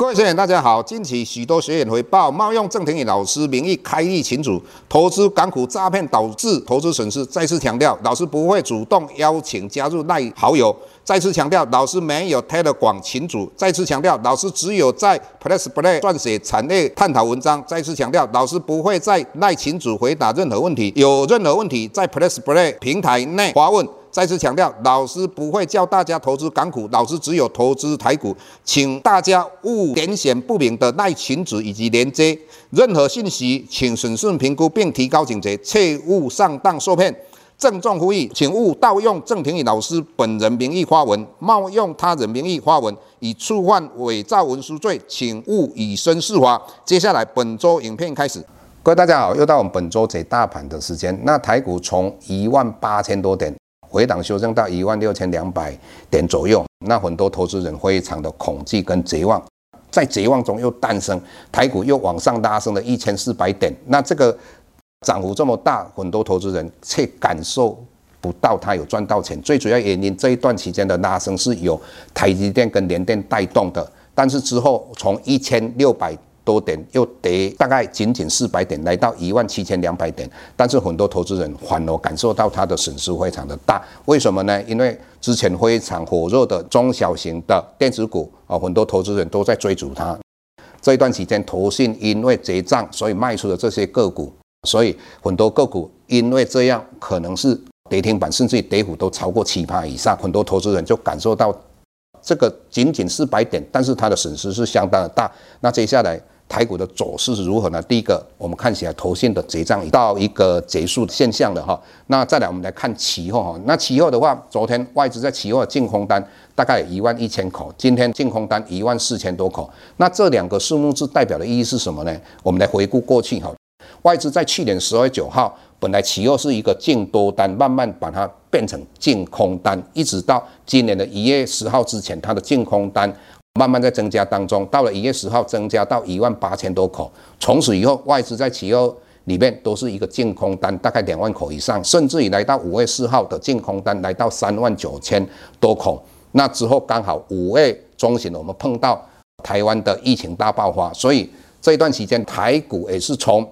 各位学员，大家好。近期许多学员回报，冒用郑庭宇老师名义开立群组，投资港股诈骗导致投资损失。再次强调，老师不会主动邀请加入赖好友。再次强调，老师没有 Telegram 群组。再次强调，老师只有在 PlexPlay 撰写产业探讨文章。再次强调，老师不会在赖群组回答任何问题，有任何问题在 PlexPlay 平台内发问。再次强调，老师不会教大家投资港股，老师只有投资台股，请大家勿点选不明的赖群组以及连接，任何信息请审慎评估并提高警觉，切勿上当受骗。郑重呼吁，请勿盗用郑庭宇老师本人名义发文，冒用他人名义发文，以触犯伪造文书罪，请勿以身试法。接下来本周影片开始。各位大家好，又到我们本周解大盘的时间。那台股从18000多点回档修正到16200点左右，那很多投资人非常的恐惧跟绝望，在绝望中又诞生台股又往上拉升了1400点，那这个涨幅这么大，很多投资人却感受不到他有赚到钱。最主要原因，这一段期间的拉升是由台积电跟联电带动的，但是之后从1600多点又跌大概仅400点，来到17200点，但是很多投资人反而感受到它的损失非常的大。为什么呢？因为之前非常火热的中小型的电子股很多投资人都在追逐它。这一段期间，投信因为结账，所以卖出了这些个股，所以很多个股因为这样可能是跌停板，甚至于跌幅都超过7%以上，很多投资人就感受到这个仅400点，但是它的损失是相当的大。那接下来台股的走势是如何呢？第一个，我们看起来投信的结账已到一个结束现象了哈。那再来我们来看期货哈。那期货的话，昨天外资在期货净空单大概11000口，今天净空单14000多口。那这两个数目字代表的意义是什么呢？我们来回顾过去哈。外资在去年12月9号，本来期货是一个净多单，慢慢把它变成净空单，一直到今年的1月10号之前，它的净空单慢慢在增加当中，到了1月10号增加到18000多口，从此以后外资在期货里面都是一个净空单，大概2万口以上，甚至于来到5月4号的净空单来到39000多口。那之后刚好5月中旬我们碰到台湾的疫情大爆发，所以这一段期间台股也是从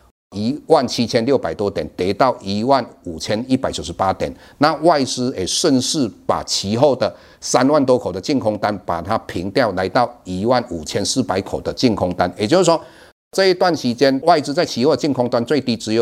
17600多点跌到15198点，那外资也顺势把期后的3万多口的净空单把它平掉，来到15400口的净空单。也就是说，这一段期间外资在期货净空单最低只有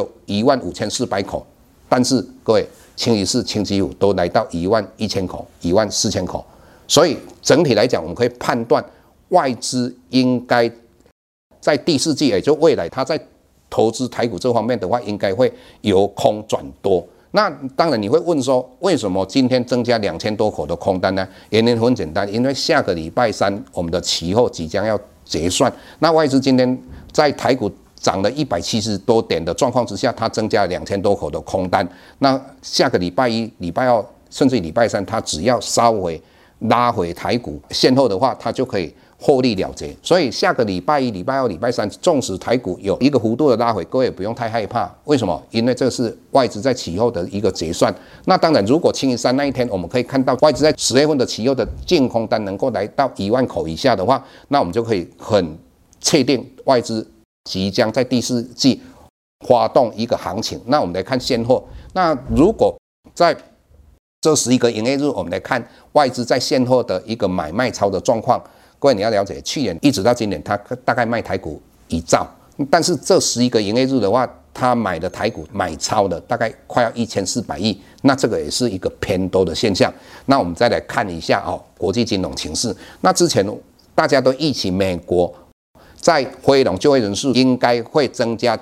15400口，但是各位清一色清几乎都来到11000口、14000口，所以整体来讲，我们可以判断外资应该在第四季，也就未来它在投资台股这方面的话，应该会由空转多。那当然你会问说，为什么今天增加2000多口的空单呢？原因很简单，因为下个礼拜三我们的期货即将要结算。那外资今天在台股涨了170多点的状况之下，它增加了2000多口的空单。那下个礼拜一、礼拜二，甚至礼拜三，它只要稍微拉回台股现货的话，它就可以获利了结。所以下个礼拜一、礼拜二、礼拜三，纵使台股有一个幅度的拉回，各位也不用太害怕。为什么？因为这是外资在期后的一个结算。那当然，如果星期三那一天，我们可以看到外资在10月份的期后的净空单能够来到1万口以下的话，那我们就可以很确定外资即将在第四季发动一个行情。那我们来看现货。那如果在这11个营业日，我们来看外资在现货的一个买卖超的状况。各位你要了解，去年一直到今年，它大概卖台股1兆，但是这11个营业日的话，它买的台股买超的大概快要1400亿，那这个也是一个偏多的现象。那我们再来看一下国际金融情势。那之前大家都预期美国在非农就业人数应该会增加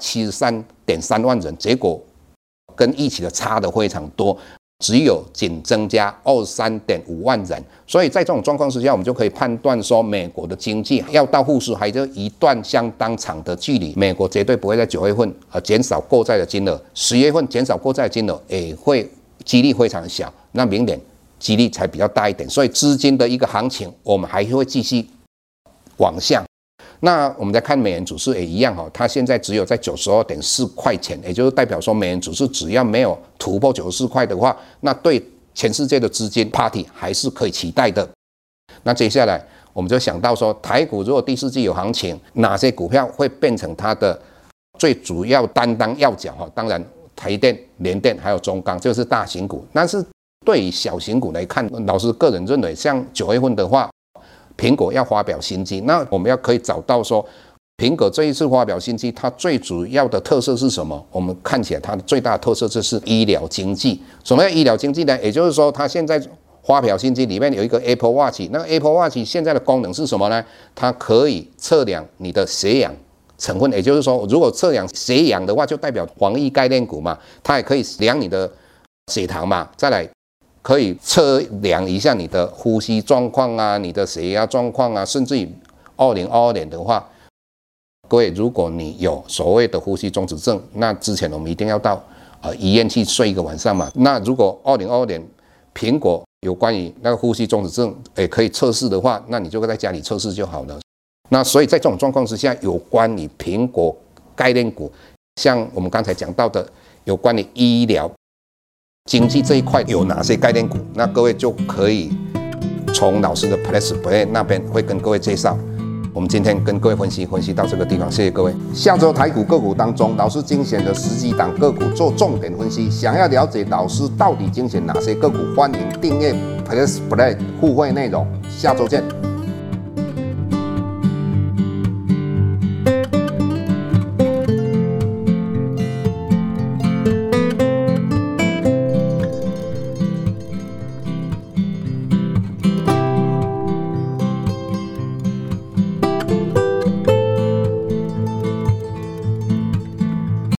73.3万人，结果跟预期的差的非常多。仅增加23.5万人，所以在这种状况之下，我们就可以判断说，美国的经济要到复苏还有一段相当长的距离。美国绝对不会在9月份减少购债的金额，10月份减少购债的金额也会几率非常小，那明年几率才比较大一点。所以资金的一个行情，我们还会继续往下。那我们再看美元指数也一样它现在只有在92.4块钱，也就是代表说美元指数只要没有突破94块的话，那对全世界的资金 party 还是可以期待的。那接下来我们就想到说，台股如果第四季有行情，哪些股票会变成它的最主要担当要角哈？当然，台电、联电还有中钢就是大型股。但是对于小型股来看，老师个人认为，像9月份的话，苹果要发表新机，那我们可以找到说，苹果这一次发表新机，它最主要的特色是什么？我们看起来它的最大的特色就是医疗经济。什么叫医疗经济呢？也就是说，它现在发表新机里面有一个 Apple Watch， 那个 Apple Watch 现在的功能是什么呢？它可以测量你的血氧成分，也就是说，如果测量血氧的话，就代表防疫概念股嘛。它也可以量你的血糖嘛，再来可以测量一下你的呼吸状况啊，你的血压状况啊，甚至于2022年的话，各位，如果你有所谓的呼吸中止症，那之前我们一定要到医院去睡一个晚上嘛。那如果2022年苹果有关于那个呼吸中止症也可以测试的话，那你就在家里测试就好了。那所以在这种状况之下，有关于苹果概念股，像我们刚才讲到的有关于医疗经济这一块有哪些概念股，那各位就可以从老师的 Plus Play 那边会跟各位介绍。我们今天跟各位分析到这个地方，谢谢各位。下周台股个股当中，老师精选的10几档个股做重点分析。想要了解老师到底精选哪些个股，欢迎订阅 Plus Play 互惠内容。下周见。